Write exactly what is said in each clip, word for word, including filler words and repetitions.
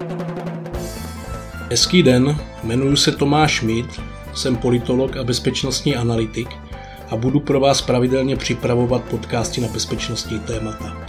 Hezký den, jmenuji se Tomáš Schmidt, jsem politolog a bezpečnostní analytik a budu pro vás pravidelně připravovat podcasty na bezpečnostní témata.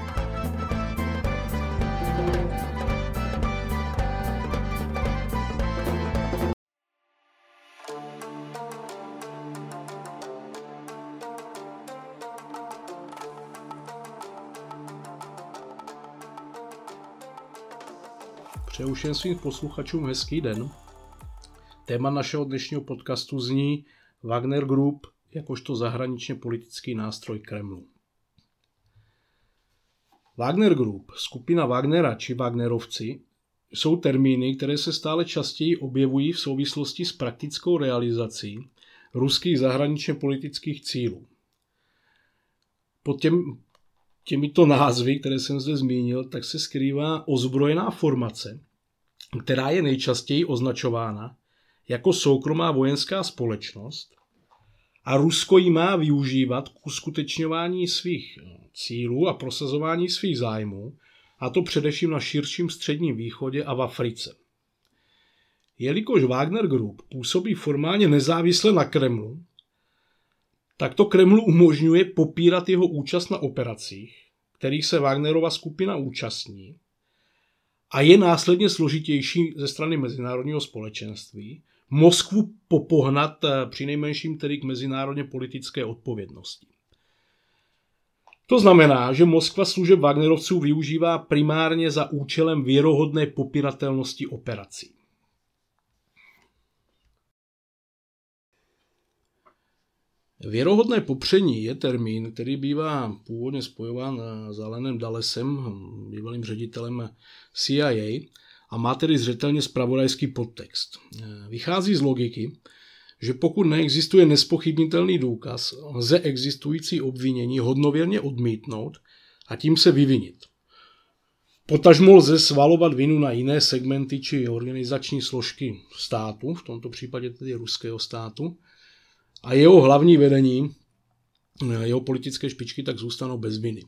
Přeju všem svým posluchačům hezký den. Téma našeho dnešního podcastu zní Wagner Group jakožto zahraničně politický nástroj Kremlu. Wagner Group, skupina Wagnera či Wagnerovci jsou termíny, které se stále častěji objevují v souvislosti s praktickou realizací ruských zahraničně politických cílů. Pod těm, těmito názvy, které jsem zde zmínil, tak se skrývá ozbrojená formace, která je nejčastěji označována jako soukromá vojenská společnost a Rusko ji má využívat k uskutečňování svých cílů a prosazování svých zájmů, a to především na širším středním východě a v Africe. Jelikož Wagner Group působí formálně nezávisle na Kremlu, tak to Kremlu umožňuje popírat jeho účast na operacích, kterých se Wagnerova skupina účastní, a je následně složitější ze strany mezinárodního společenství Moskvu popohnat přinejmenším tedy k mezinárodně politické odpovědnosti. To znamená, že Moskva služeb Wagnerovců využívá primárně za účelem věrohodné popiratelnosti operací. Věrohodné popření je termín, který bývá původně spojován s Alanem Dullesem, bývalým ředitelem C I A, a má tedy zřetelně zpravodajský podtext. Vychází z logiky, že pokud neexistuje nespochybnitelný důkaz, lze existující obvinění hodnověrně odmítnout a tím se vyvinit. Potažmo lze svalovat vinu na jiné segmenty či organizační složky státu, v tomto případě tedy ruského státu, a jeho hlavní vedení, jeho politické špičky tak zůstanou bez viny.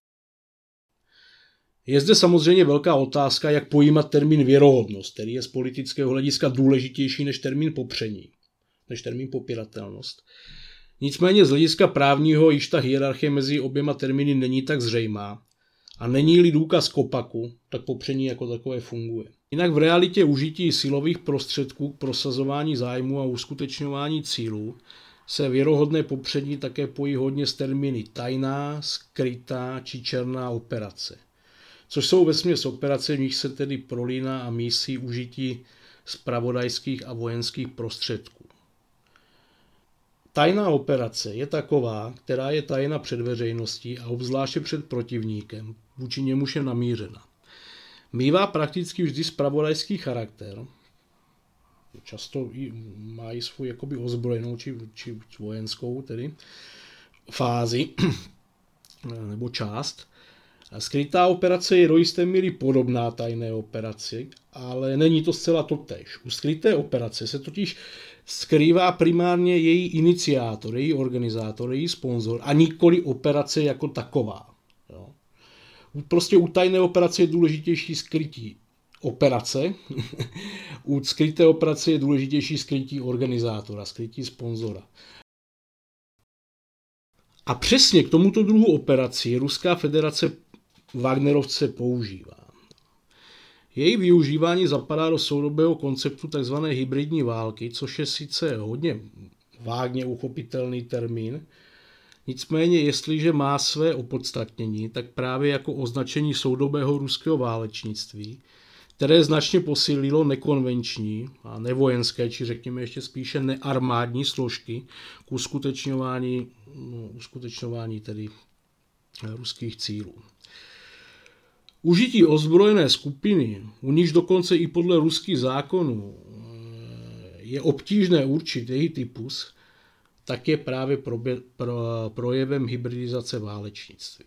Je zde samozřejmě velká otázka, jak pojímat termín věrohodnost, který je z politického hlediska důležitější než termín popření, než termín popiratelnost. Nicméně z hlediska právního již ta hierarchie mezi oběma termíny není tak zřejmá a není-li důkaz k opaku, tak popření jako takové funguje. Jinak v realitě užití silových prostředků k prosazování zájmu a uskutečňování cílů se věrohodné popření také pojí hodně s termíny tajná, skrytá či černá operace, což jsou vesměs operace, v nich se tedy prolíná a mísí užití zpravodajských a vojenských prostředků. Tajná operace je taková, která je tajena před veřejností a obzvláště před protivníkem, vůči němuž je namířena. Mívá prakticky vždy zpravodajský charakter, často má i svou jakoby ozbrojenou či, či vojenskou tedy fázi nebo část. Skrytá operace je do jisté míry podobná tajné operaci, ale není to zcela totéž. U skryté operace se totiž skrývá primárně její iniciátor, její organizátor, její sponzor a nikoli operace jako taková. Jo. Prostě u tajné operace je důležitější skrytí operace, u skryté operace je důležitější skrytí organizátora, skrytí sponzora. A přesně k tomuto druhu operací Ruská federace Wagnerovce používá. Její využívání zapadá do soudobého konceptu tzv. Hybridní války, což je sice hodně vágně uchopitelný termín, nicméně jestliže má své opodstatnění, tak právě jako označení soudobého ruského válečnictví, které značně posílilo nekonvenční a nevojenské, či řekněme ještě spíše nearmádní složky k uskutečňování, no, uskutečňování tedy ruských cílů. Užití ozbrojené skupiny, u níž dokonce i podle ruských zákonů je obtížné určit její typus, tak je právě projevem hybridizace válečnictví.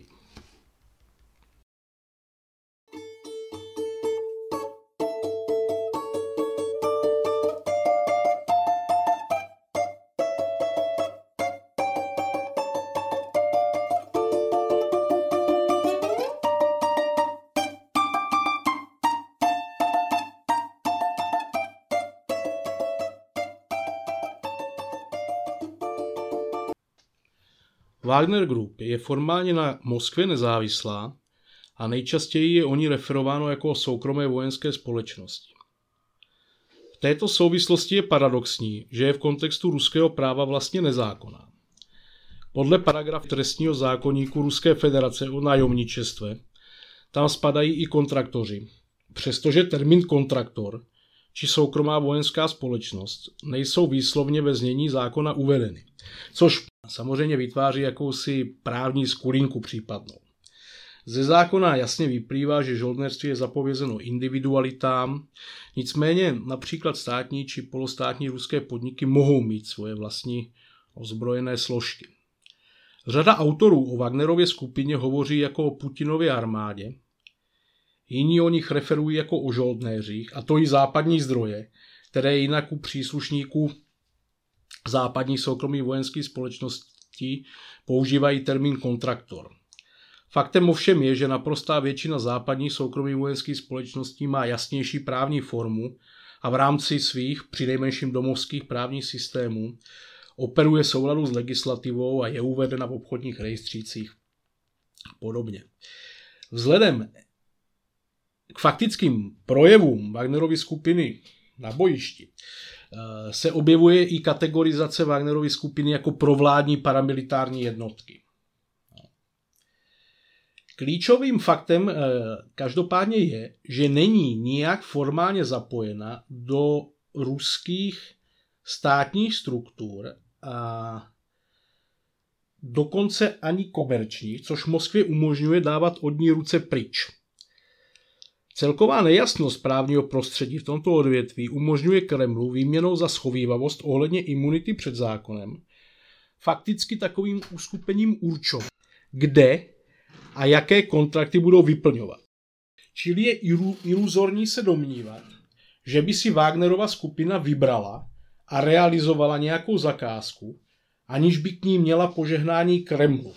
Wagner Group je formálně na Moskvě nezávislá a nejčastěji je o ní referováno jako o soukromé vojenské společnosti. V této souvislosti je paradoxní, že je v kontextu ruského práva vlastně nezákonná. Podle paragrafu trestního zákoníku Ruské federace o nájomničestve tam spadají i kontraktoři, přestože termín kontraktor či soukromá vojenská společnost nejsou výslovně ve znění zákona uvedeny, což samozřejmě vytváří jakousi právní skulinku případnou. Ze zákona jasně vyplývá, že žoldnéřství je zapovězeno individualitám, nicméně například státní či polostátní ruské podniky mohou mít svoje vlastní ozbrojené složky. Řada autorů o Wagnerově skupině hovoří jako o Putinově armádě, jiní o nich referují jako o žoldnéřích, a to i západní zdroje, které jinak u příslušníků západních soukromých vojenských společností používají termín kontraktor. Faktem ovšem je, že naprostá většina západních soukromých vojenských společností má jasnější právní formu a v rámci svých, přinejmenším domovských právních systémů, operuje souladu s legislativou a je uvedena v obchodních rejstřících a podobně. Vzhledem k faktickým projevům Wagnerovy skupiny na bojišti se objevuje i kategorizace Wagnerovy skupiny jako provládní paramilitární jednotky. Klíčovým faktem každopádně je, že není nijak formálně zapojena do ruských státních struktur a dokonce ani komerčních, což Moskvě umožňuje dávat od ní ruce pryč. Celková nejasnost právního prostředí v tomto odvětví umožňuje Kremlu výměnou za schovívavost ohledně imunity před zákonem fakticky takovým uskupením určovat, kde a jaké kontrakty budou vyplňovat. Čili je iluzorní se domnívat, že by si Wagnerova skupina vybrala a realizovala nějakou zakázku, aniž by k ní měla požehnání Kremlu.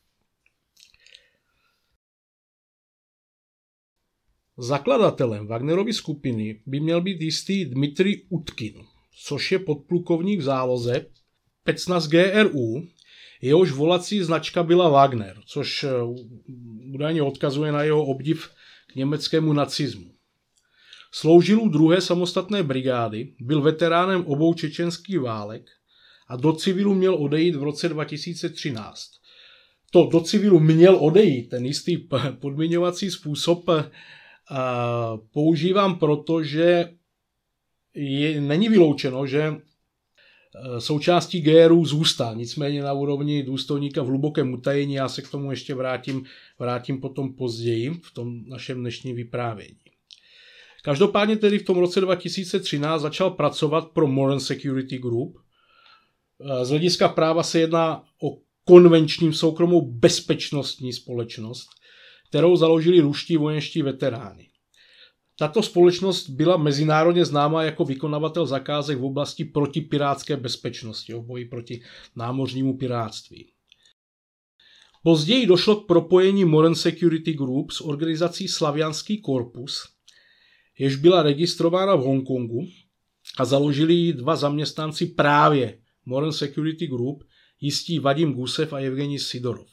Zakladatelem Wagnerovy skupiny by měl být jistý Dmitrij Utkin, což je podplukovník v záloze Specnaz G R U, jehož volací značka byla Wagner, což údajně odkazuje na jeho obdiv k německému nacismu. Sloužil u druhé samostatné brigády, byl veteránem obou čečenských válek a do civilu měl odejít v roce dva tisíce třináct. To do civilu měl odejít, ten jistý podmiňovací způsob a používám proto, že je, není vyloučeno, že součástí G R U zůstal, nicméně na úrovni důstojníka v hlubokém utajení, já se k tomu ještě vrátím, vrátím potom později v tom našem dnešním vyprávění. Každopádně tedy v tom roce dva tisíce třináct začal pracovat pro Moran Security Group. Z hlediska práva se jedná o konvenční soukromou bezpečnostní společnost, kterou založili ruští vojenští veteráni. Tato společnost byla mezinárodně známá jako vykonavatel zakázek v oblasti protipirátské bezpečnosti, v boji proti námořnímu pirátství. Později došlo k propojení Moran Security Group s organizací Slavianský korpus, jež byla registrována v Hongkongu, a založili ji dva zaměstnanci právě Moran Security Group, jistí Vadim Gusev a Evgenij Sidorov.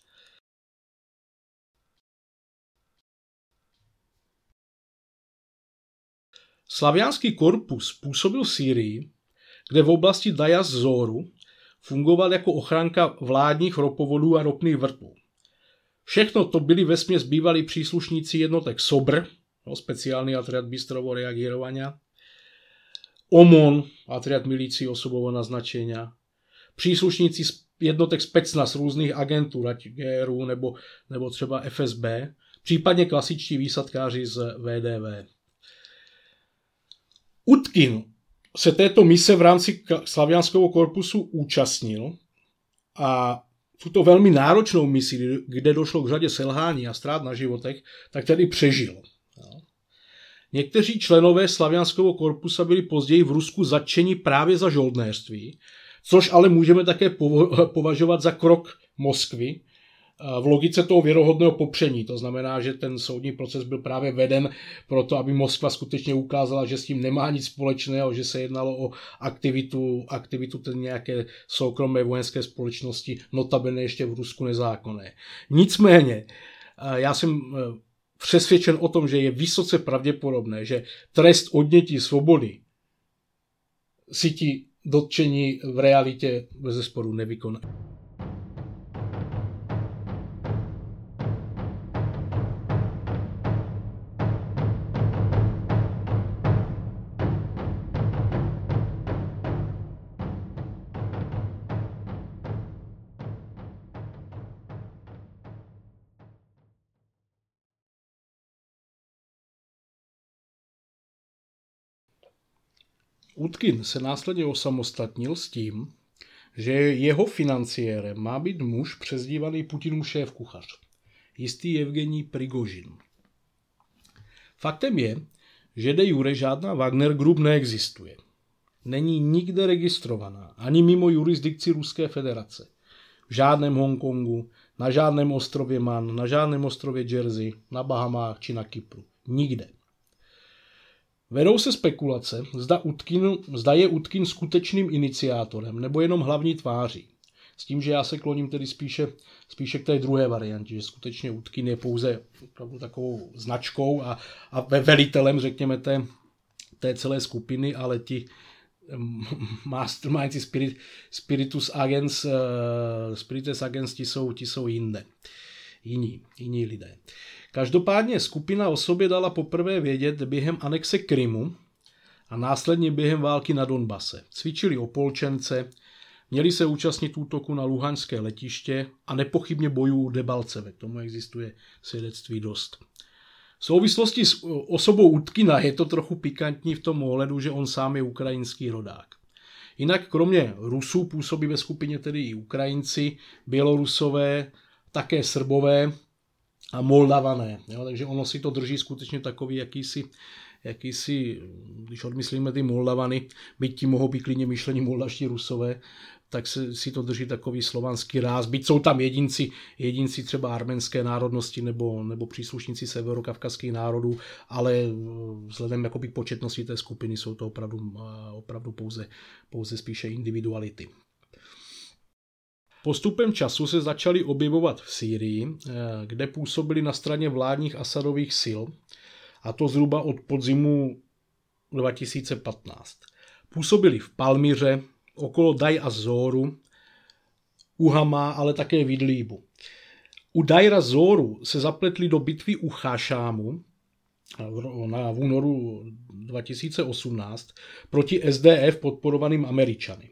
Slavianský korpus působil v Sýrii, kde v oblasti Dajaz Zoru fungoval jako ochranka vládních ropovodů a ropných vrtů. Všechno to byli vesměs bývalí příslušníci jednotek SOBR, no, speciální atriad bystrovo reagírovania, OMON, atriad milící osobového naznačenia, příslušníci jednotek Specnaz různých agentur, ať G R U nebo, nebo třeba F S B, případně klasičtí výsadkáři z V D V. Utkin se této mise v rámci Slavianského korpusu účastnil a tuto velmi náročnou misi, kde došlo k řadě selhání a ztrát na životech, tak tedy přežil. Někteří členové Slavianského korpusu byli později v Rusku zatčeni právě za žoldnéřství, což ale můžeme také považovat za krok Moskvy v logice toho věrohodného popření. To znamená, že ten soudní proces byl právě veden proto, aby Moskva skutečně ukázala, že s tím nemá nic společného, že se jednalo o aktivitu, aktivitu ten nějaké soukromé vojenské společnosti, notabene ještě v Rusku nezákonné. Nicméně, já jsem přesvědčen o tom, že je vysoce pravděpodobné, že trest odnětí svobody si ti dotčení v realitě bezesporu nevykonají. Utkin se následně osamostatnil s tím, že jeho financiérem má být muž přezdívaný Putinův šéfkuchař, jistý Jevgenij Prigožin. Faktem je, že de jure žádná Wagner Group neexistuje. Není nikde registrovaná, ani mimo jurisdikci Ruské federace. V žádném Hongkongu, na žádném ostrově Man, na žádném ostrově Jersey, na Bahamách či na Kypru. Nikde. Vedou se spekulace, zda, Utkin, zda je Utkin skutečným iniciátorem nebo jenom hlavní tváří. S tím, že já se kloním tedy spíše, spíše k té druhé variantě, že skutečně Utkin je pouze takovou značkou a, a velitelem, řekněme, té, té celé skupiny, ale ti masterminds, spirit, spiritus agents, uh, spiritus agents ti jsou, ti jsou jinde. Jiní, jiní lidé. Každopádně skupina o sobě dala poprvé vědět během anexe Krymu a následně během války na Donbase. Cvičili opolčence, měli se účastnit útoku na luhanské letiště a nepochybně bojů u Debalceve. K tomu existuje svědectví dost. V souvislosti s osobou Utkina je to trochu pikantní v tom ohledu, že on sám je ukrajinský rodák. Jinak kromě Rusů působí ve skupině tedy i Ukrajinci, Bělorusové, také Srbové a Moldavané. Jo, takže ono si to drží skutečně takový jakýsi, jakýsi, když odmyslíme ty Moldavany, byť ti mohou být klidně myšlení moldavští Rusové, tak se, si to drží takový slovanský ráz. Byť jsou tam jedinci, jedinci třeba arménské národnosti nebo, nebo příslušníci severokavkazských národů, ale vzhledem jakoby k početnosti té skupiny jsou to opravdu, opravdu pouze, pouze spíše individuality. Postupem času se začali objevovat v Sýrii, kde působili na straně vládních Asadových sil, a to zhruba od podzimu dva tisíce patnáct. Působili v Palmyře, okolo Daj az-Zoru, u Hama, ale také v Idlíbu. U Dajra Zoru se zapletli do bitvy u Chášámu na v únoru dva tisíce osmnáct proti S D F podporovaným Američany.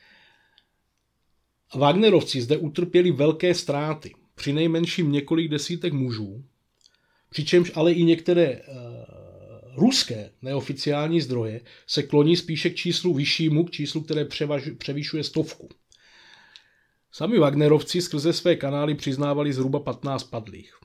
Wagnerovci zde utrpěli velké ztráty, přinejmenším několik desítek mužů, přičemž ale i některé uh, ruské neoficiální zdroje se kloní spíše k číslu vyššímu, k číslu, které převaž, převyšuje stovku. Sami Wagnerovci skrze své kanály přiznávali zhruba patnáct padlých.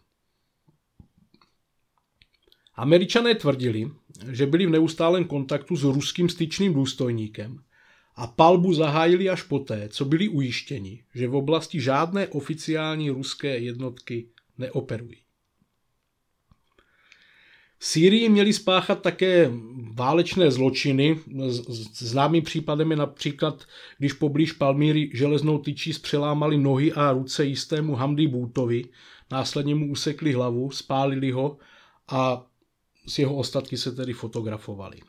Američané tvrdili, že byli v neustálém kontaktu s ruským styčným důstojníkem a palbu zahájili až poté, co byli ujištěni, že v oblasti žádné oficiální ruské jednotky neoperují. V Sýrii měli spáchat také válečné zločiny. Známým případem je například, když poblíž Palmíry železnou tyčí zpřelámali nohy a ruce jistému Hamdi Bútovi, následně mu usekli hlavu, spálili ho a z jeho ostatky se tedy fotografovali.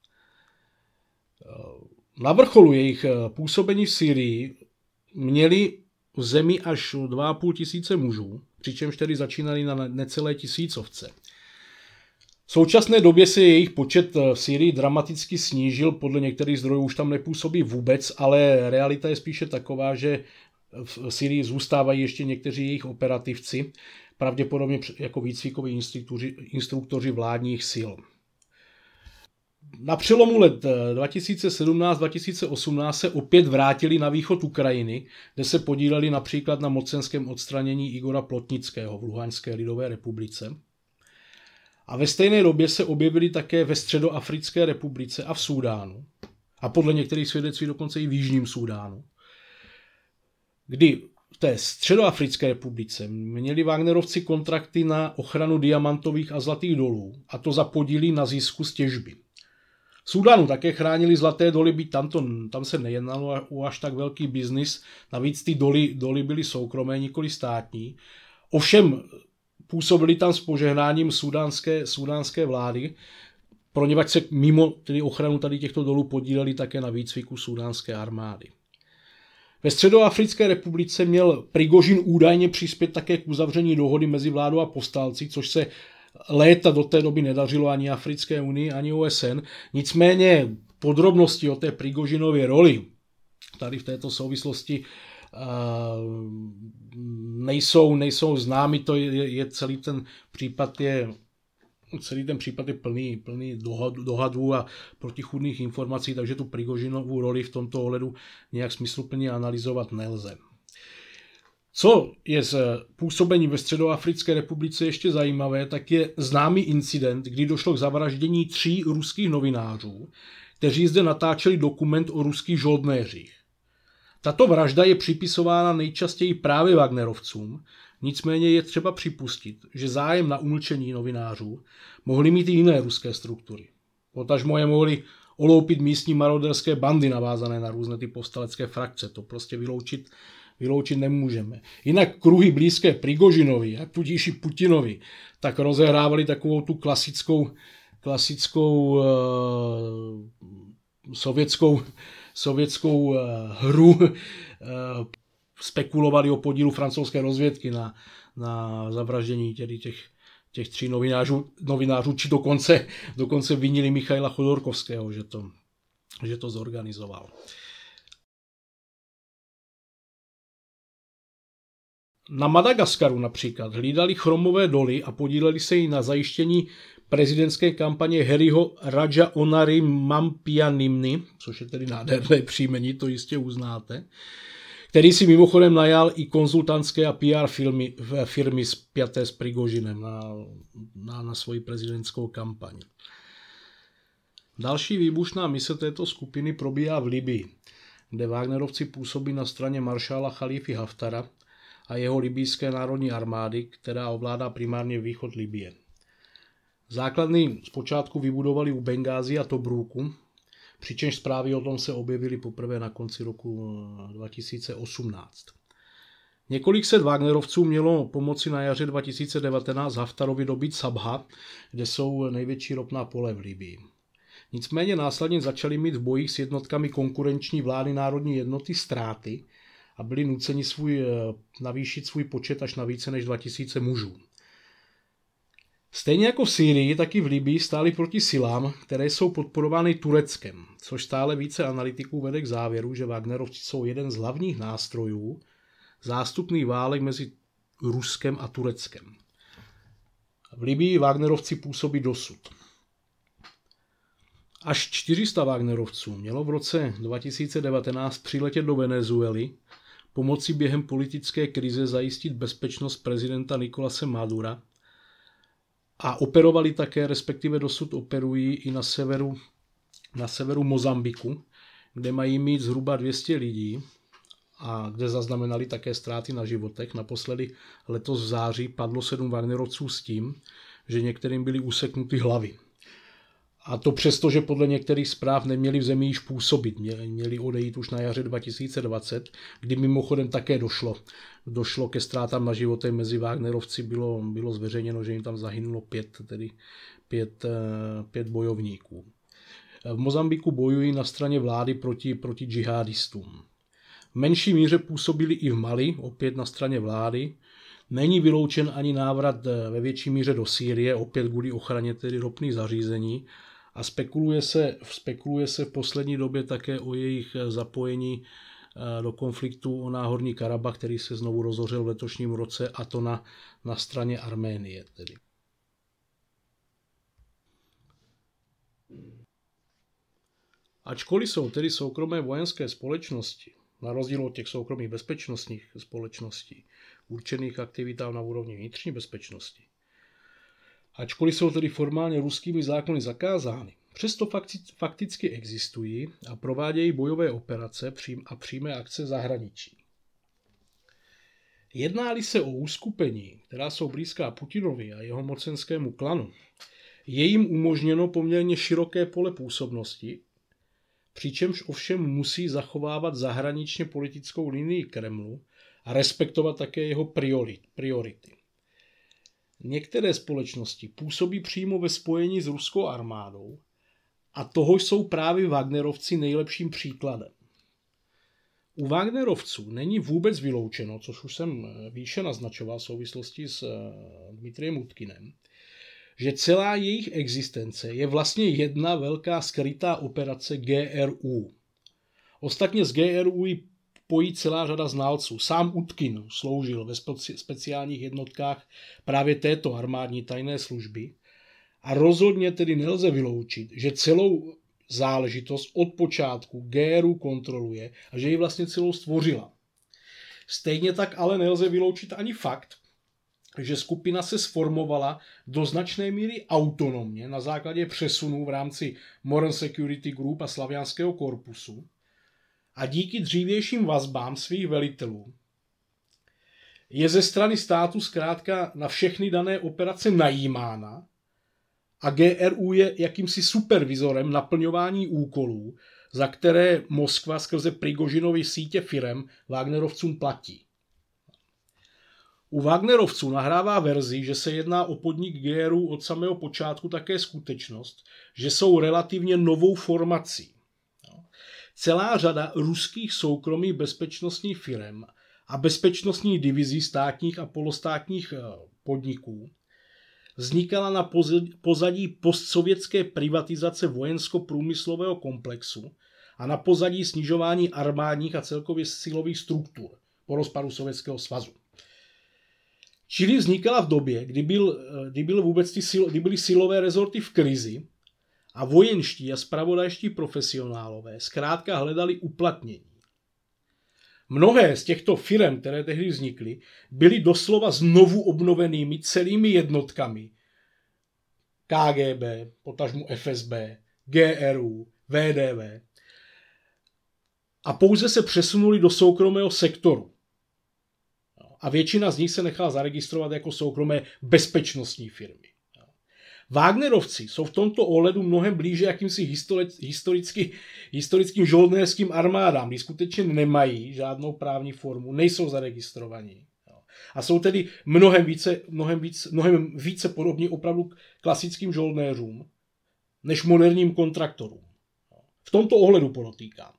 Na vrcholu jejich působení v Sýrii měli v zemi až dva a půl tisíce mužů, přičemž tedy začínali na necelé tisícovce. V současné době se jejich počet v Sýrii dramaticky snížil, podle některých zdrojů už tam nepůsobí vůbec, ale realita je spíše taková, že v Sýrii zůstávají ještě někteří jejich operativci, pravděpodobně jako výcvikoví instruktoři, instruktoři vládních sil. Na přelomu let dva tisíce sedmnáct dva tisíce osmnáct se opět vrátili na východ Ukrajiny, kde se podíleli například na mocenském odstranění Igora Plotnického v Luhanské lidové republice. A ve stejné době se objevili také ve Středoafrické republice a v Súdánu. A podle některých svědectví dokonce i v Jižním Súdánu. Kdy v té Středoafrické republice měli Wagnerovci kontrakty na ochranu diamantových a zlatých dolů, a to za podíly na zisku z těžby. V Súdánu také chránili zlaté doly, byť tam, to, tam se nejednalo o až tak velký biznis, navíc ty doly, doly byly soukromé, nikoli státní. Ovšem působili tam s požehnáním sudánské, sudánské vlády, poněvadž se mimo tedy ochranu tady těchto dolů podíleli také na výcviku sudánské armády. Ve Středoafrické republice měl Prigožin údajně přispět také k uzavření dohody mezi vládou a povstalci, což se léta do té doby nedařilo ani Africké unii, ani O S N. Nicméně podrobnosti o té Prigožinově roli tady v této souvislosti nejsou, nejsou známy. To je, je celý ten případ je celý ten případ je plný, plný dohadů a protichůdných informací, takže tu Prigožinovu roli v tomto ohledu nějak smysluplně analyzovat nelze. Co je z působení ve Středoafrické republice ještě zajímavé, tak je známý incident, kdy došlo k zavraždění tří ruských novinářů, kteří zde natáčeli dokument o ruských žoldnéřích. Tato vražda je připisována nejčastěji právě Wagnerovcům, nicméně je třeba připustit, že zájem na umlčení novinářů mohly mít i jiné ruské struktury. Potažmo je mohly oloupit místní maroderské bandy navázané na různé ty povstalecké frakce. To prostě vyloučit, vyloučit nemůžeme. Jinak kruhy blízké Prigožinovi a tudíž i Putinovi tak rozehrávali takovou tu klasickou, klasickou uh, sovětskou, sovětskou uh, hru. Uh, spekulovali o podílu francouzské rozvědky na, na zavraždění tedy těch, těch tří novinářů, novinářů či dokonce, dokonce vinili Michaila Chodorkovského, že to, že to zorganizoval. Na Madagaskaru například hlídali chromové doly a podíleli se i na zajištění prezidentské kampaně Harryho Rajaonarimampianimny, což je tedy nádherné příjmení, to jistě uznáte, který si mimochodem najal i konzultantské a P R firmy, firmy spjaté s Prigožinem na, na, na svoji prezidentskou kampaň. Další výbušná mise této skupiny probíhá v Libyi, kde Wagnerovci působí na straně maršála Chalífy Haftara a jeho libijské národní armády, která ovládá primárně východ Libye. Základny zpočátku vybudovali u Bengázi a Tobruku, přičemž zprávy o tom se objevily poprvé na konci roku dva tisíce osmnáct. Několik set Wagnerovců mělo pomoci na jaře dva tisíce devatenáct Haftarovi dobít Sabha, kde jsou největší ropná pole v Libyi. Nicméně následně začali mít v bojích s jednotkami konkurenční vlády národní jednoty ztráty a byli nuceni svůj, navýšit svůj počet až na více než dva tisíce mužů. Stejně jako v Sýrii, tak i v Libyi stáli proti silám, které jsou podporovány Tureckem, což stále více analytiků vede k závěru, že Wagnerovci jsou jeden z hlavních nástrojů zástupných válek mezi Ruskem a Tureckem. V Libyi Wagnerovci působí dosud. Až čtyři sta Wagnerovců mělo v roce dva tisíce devatenáct přiletět do Venezuely, pomoci během politické krize zajistit bezpečnost prezidenta Nicolase Madura a operovali také, respektive dosud operují i na severu, na severu Mozambiku, kde mají mít zhruba dvě stě lidí a kde zaznamenali také ztráty na životech. Naposledy letos v září padlo sedm Wagnerovců s tím, že některým byly useknuty hlavy. A to přesto, že podle některých zpráv neměli v zemi již působit. Měli odejít už na jaře dva tisíce dvacet, kdy mimochodem také došlo. Došlo ke ztrátám na životech mezi Wagnerovci. Bylo, bylo zveřejněno, že jim tam zahynulo pět, tedy pět, pět bojovníků. V Mozambiku bojují na straně vlády proti, proti džihadistům. V menší míře působili i v Mali, opět na straně vlády. Není vyloučen ani návrat ve větší míře do Sýrie, opět kvůli ochraně tedy ropných zařízení. A spekuluje se, spekuluje se v poslední době také o jejich zapojení do konfliktu o Náhorní Karabach, který se znovu rozhořel v letošním roce, a to na, na straně Arménie. Tedy. Ačkoliv jsou tedy soukromé vojenské společnosti, na rozdíl od těch soukromých bezpečnostních společností, určených aktivitám na úrovni vnitřní bezpečnosti, ačkoliv jsou tedy formálně ruskými zákony zakázány, přesto fakticky existují a provádějí bojové operace a přímé akce v zahraničí. Jedná-li se o uskupení, která jsou blízká Putinovi a jeho mocenskému klanu, je jim umožněno poměrně široké pole působnosti, přičemž ovšem musí zachovávat zahraničně politickou linii Kremlu a respektovat také jeho priority. Některé společnosti působí přímo ve spojení s ruskou armádou a toho jsou právě Wagnerovci nejlepším příkladem. U Wagnerovců není vůbec vyloučeno, což už jsem výše naznačoval v souvislosti s Dmitrijem Utkinem, že celá jejich existence je vlastně jedna velká skrytá operace G R U. Ostatně z G R U ji pojí celá řada znalců. Sám Utkin sloužil ve speciálních jednotkách právě této armádní tajné služby a rozhodně tedy nelze vyloučit, že celou záležitost od počátku G R U kontroluje a že ji vlastně celou stvořila. Stejně tak ale nelze vyloučit ani fakt, že skupina se sformovala do značné míry autonomně na základě přesunů v rámci Modern Security Group a Slavianského korpusu a díky dřívějším vazbám svých velitelů je ze strany státu zkrátka na všechny dané operace najímána a G R U je jakýmsi supervizorem naplňování úkolů, za které Moskva skrze Prigožinovy sítě firem Wagnerovcům platí. U Wagnerovců nahrává verzi, že se jedná o podnik G R U od samého počátku také skutečnost, že jsou relativně novou formací. Celá řada ruských soukromých bezpečnostních firem a bezpečnostních divizí státních a polostátních podniků vznikala na pozadí postsovětské privatizace vojensko-průmyslového komplexu a na pozadí snižování armádních a celkově silových struktur po rozpadu Sovětského svazu. Čili vznikala v době, kdy, byl, kdy, byl vůbec ty sil, kdy byly silové rezorty v krizi a vojenští a zpravodajští profesionálové zkrátka hledali uplatnění. Mnohé z těchto firem, které tehdy vznikly, byly doslova znovu obnovenými celými jednotkami K G B, potažmu F S B, G R U, V D V a pouze se přesunuli do soukromého sektoru. A většina z nich se nechala zaregistrovat jako soukromé bezpečnostní firmy. Wagnerovci jsou v tomto ohledu mnohem blíže jakýmsi historicky, historickým žoldnéřským armádám, kdy skutečně nemají žádnou právní formu, nejsou zaregistrovaní. A jsou tedy mnohem více, mnohem více, mnohem více podobní opravdu klasickým žoldnéřům, než moderním kontraktorům. V tomto ohledu podotýkám.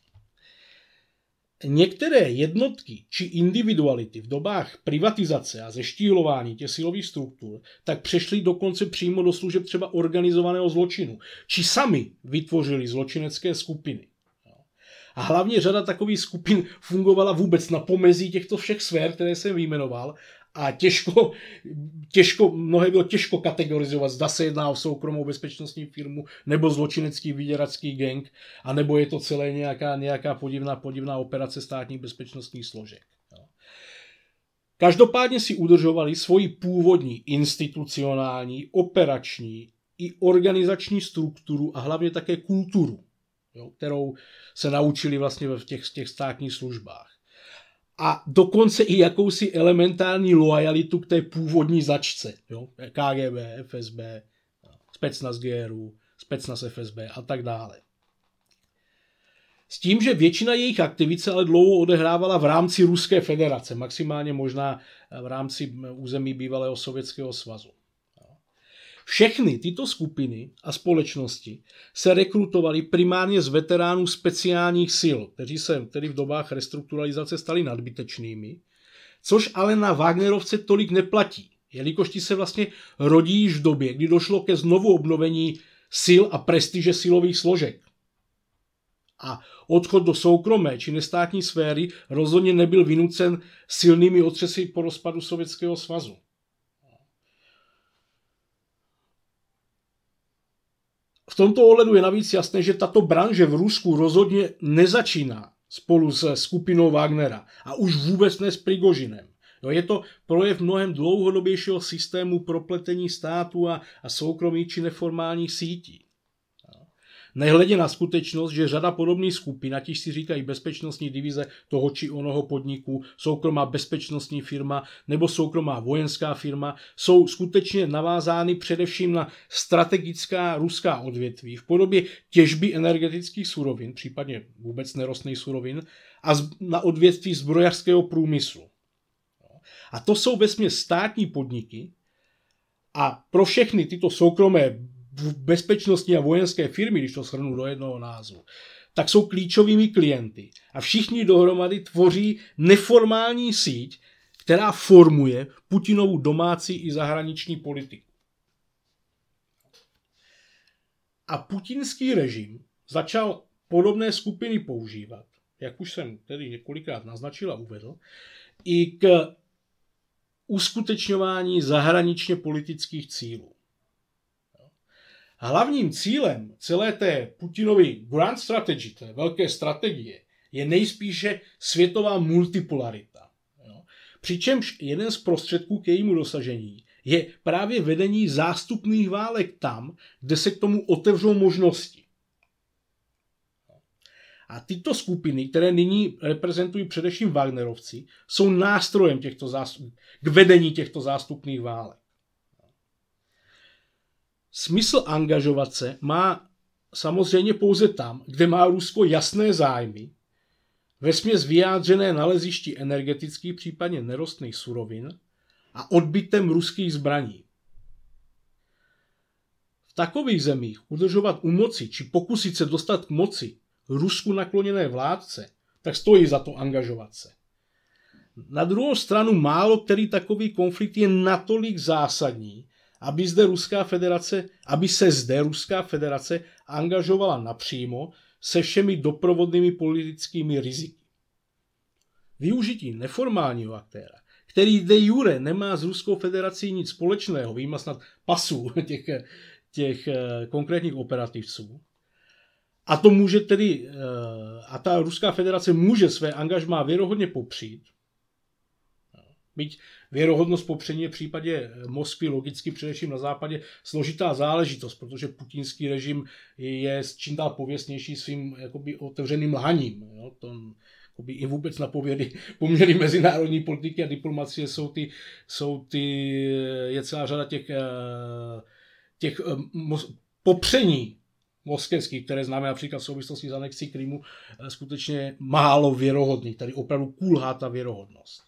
Některé jednotky či individuality v dobách privatizace a zeštíhlování těch silových struktur tak přešly dokonce přímo do služeb třeba organizovaného zločinu, či sami vytvořili zločinecké skupiny. A hlavně řada takových skupin fungovala vůbec na pomezí těchto všech sfér, které jsem vyjmenoval, a těžko, těžko, mnohé bylo těžko kategorizovat, zda se jedná o soukromou bezpečnostní firmu nebo zločinecký vyděračský gang, anebo je to celé nějaká, nějaká podivná, podivná operace státních bezpečnostních složek. Každopádně si udržovali svoji původní institucionální, operační i organizační strukturu a hlavně také kulturu, jo, kterou se naučili vlastně v těch, těch státních službách. A dokonce i jakousi elementární loajalitu k té původní začce. Jo? K G B, F S B, Specnaz G R U, Specnaz F S B a tak dále. S tím, že většina jejich aktivit se ale dlouho odehrávala v rámci Ruské federace, maximálně možná v rámci území bývalého Sovětského svazu. Všechny tyto skupiny a společnosti se rekrutovaly primárně z veteránů speciálních sil, kteří se tedy v dobách restrukturalizace stali nadbytečnými, což ale na Wagnerovce tolik neplatí, jelikož ti se vlastně rodí již v době, kdy došlo ke znovu obnovení sil a prestiže silových složek. A odchod do soukromé či nestátní sféry rozhodně nebyl vynucen silnými otřesy po rozpadu Sovětského svazu. V tomto ohledu je navíc jasné, že tato branže v Rusku rozhodně nezačíná spolu se skupinou Wagnera a už vůbec ne s Prigožinem. Jo, je to projev mnohem dlouhodobějšího systému propletení státu a, a soukromých či neformálních sítí. Nehledě na skutečnost, že řada podobných skupin, ať si říkají bezpečnostní divize toho či onoho podniku, soukromá bezpečnostní firma nebo soukromá vojenská firma, jsou skutečně navázány především na strategická ruská odvětví v podobě těžby energetických surovin, případně vůbec nerostných surovin, a na odvětví zbrojařského průmyslu. A to jsou vesměs státní podniky a pro všechny tyto soukromé bezpečnostní a vojenské firmy, když to shrnu do jednoho názvu, tak jsou klíčovými klienty. A všichni dohromady tvoří neformální síť, která formuje Putinovu domácí i zahraniční politiku. A putinský režim začal podobné skupiny používat, jak už jsem tedy několikrát naznačil a uvedl, i k uskutečňování zahraničně politických cílů. Hlavním cílem celé té Putinovy grand strategy, té velké strategie, je nejspíše světová multipolarita. Přičemž jeden z prostředků k jejímu dosažení je právě vedení zástupných válek tam, kde se k tomu otevřou možnosti. A tyto skupiny, které nyní reprezentují především Wagnerovci, jsou nástrojem těchto zástup, k vedení těchto zástupných válek. Smysl angažovat se má samozřejmě pouze tam, kde má Rusko jasné zájmy, vesměs vyjádřené nalezišti energetických, případně nerostných surovin a odbytem ruských zbraní. V takových zemích udržovat u moci či pokusit se dostat k moci Rusku nakloněné vládce, tak stojí za to angažovat se. Na druhou stranu málo který takový konflikt je natolik zásadní, aby, zde Ruská federace, aby se zde Ruská federace angažovala napřímo se všemi doprovodnými politickými riziky. Využití neformálního aktéra, který de jure nemá s Ruskou federací nic společného, vyjma snad pasů těch, těch konkrétních operativců, a to může tedy, a ta Ruská federace může své angažmá věrohodně popřít. Byť věrohodnost popření je v případě Moskvy logicky především na západě složitá záležitost, protože putinský režim je čím dál pověstnější svým jakoby otevřeným lhaním. Jo? To, jakoby i vůbec na povědy poměry mezinárodní politiky a diplomacie jsou ty, jsou ty je celá řada těch, těch popření moskevských, které známe například v souvislosti s anexí Krymu, skutečně málo věrohodných. Tady opravdu kulhá ta věrohodnost.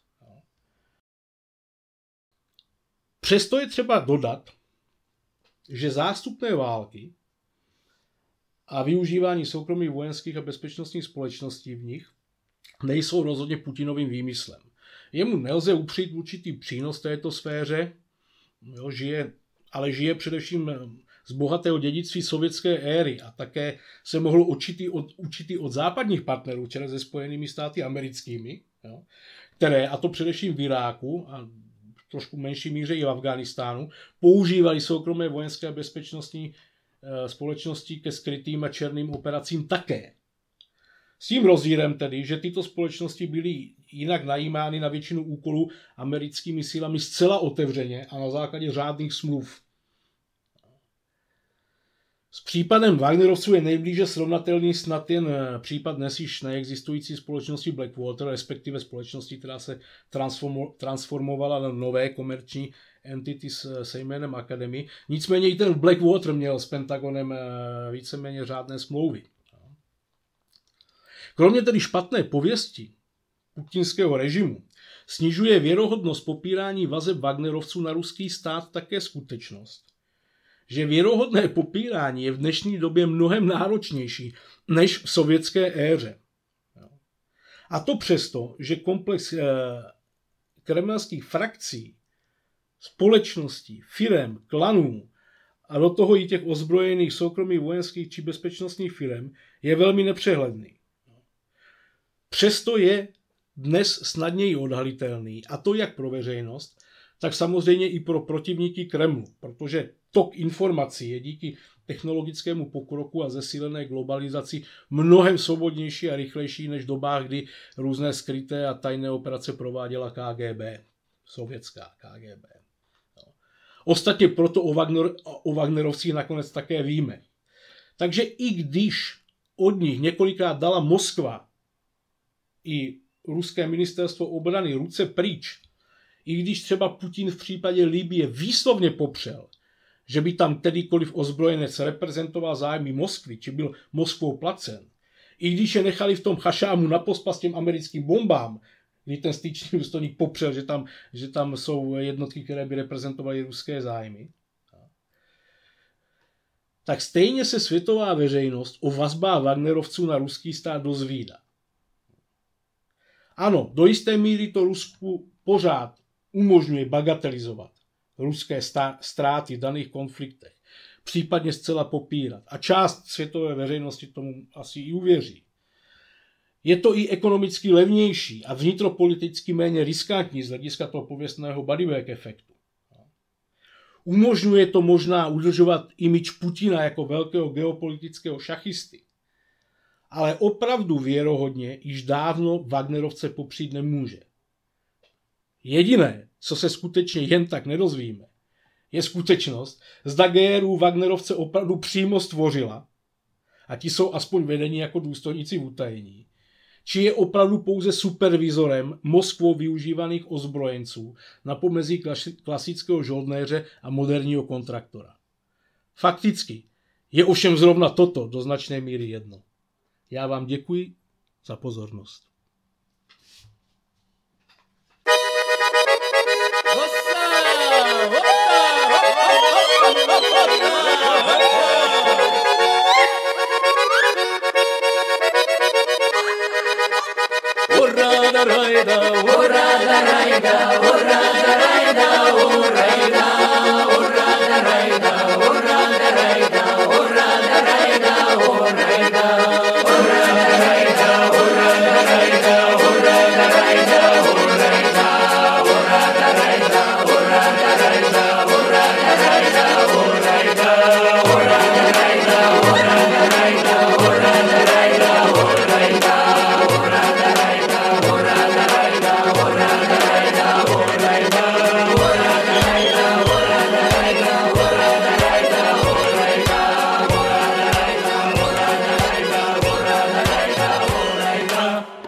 Přesto je třeba dodat, že zástupné války a využívání soukromých vojenských a bezpečnostních společností v nich nejsou rozhodně Putinovým výmyslem. Jemu nelze upřít určitý přínos této sféře, jo, žije, ale žije především z bohatého dědictví sovětské éry a také se mohl učit od, učit od západních partnerů, čili se Spojenými státy americkými, jo, které, a to především v Iráku a trošku menší míře i v Afghánistánu, používali soukromé vojenské a bezpečnostní e, společnosti ke skrytým a černým operacím také. S tím rozdílem tedy, že tyto společnosti byly jinak najímány na většinu úkolů americkými silami zcela otevřeně a na základě řádných smluv. S případem Wagnerovců je nejblíže srovnatelný snad jen případ dnes již neexistující společnosti Blackwater, respektive společnosti, která se transformovala na nové komerční entity se jménem Academy. Nicméně i ten Blackwater měl s Pentagonem víceméně řádné smlouvy. Kromě tedy špatné pověsti putinského režimu snižuje věrohodnost popírání vazeb Wagnerovců na ruský stát také skutečnost, že věrohodné popírání je v dnešní době mnohem náročnější než v sovětské éře. A to přesto, že komplex kremelských frakcí, společností, firem, klanů a do toho i těch ozbrojených soukromých vojenských či bezpečnostních firem je velmi nepřehledný. Přesto je dnes snadněji odhalitelný, a to jak pro veřejnost, tak samozřejmě i pro protivníky Kremlu, protože tok informací je díky technologickému pokroku a zesílené globalizaci mnohem svobodnější a rychlejší než v dobách, kdy různé skryté a tajné operace prováděla K G B, sovětská K G B. No. Ostatně proto o, Wagner, o Wagnerovcích nakonec také víme. Takže i když od nich několikrát dala Moskva i ruské ministerstvo obrany ruce pryč, i když třeba Putin v případě Libye výslovně popřel, že by tam kterýkoliv ozbrojenec reprezentoval zájmy Moskvy, či byl Moskvou placen, i když je nechali v tom chašámu na pospas těm americkým bombám, kdy ten styčný důstojník popřel, že tam, že tam jsou jednotky, které by reprezentovaly ruské zájmy, tak stejně se světová veřejnost o vazbách Wagnerovců na ruský stát dozvídá. Ano, do jisté míry to Rusku pořád umožňuje bagatelizovat ruské ztráty v daných konfliktech, případně zcela popírat. A část světové veřejnosti tomu asi i uvěří. Je to i ekonomicky levnější a vnitropoliticky méně riskantní z hlediska toho pověstného bodywork efektu. Umožňuje to možná udržovat image Putina jako velkého geopolitického šachisty. Ale opravdu věrohodně již dávno Wagnerovce popřít nemůže. Jediné, co se skutečně jen tak nedozvíme, je skutečnost, zda G R U Wagnerovce opravdu přímo stvořila, a ti jsou aspoň vedeni jako důstojníci v utajení, či je opravdu pouze supervizorem Moskvou využívaných ozbrojenců na pomezí klasického žoldnéře a moderního kontraktora. Fakticky je ovšem zrovna toto do značné míry jedno. Já vám děkuji za pozornost.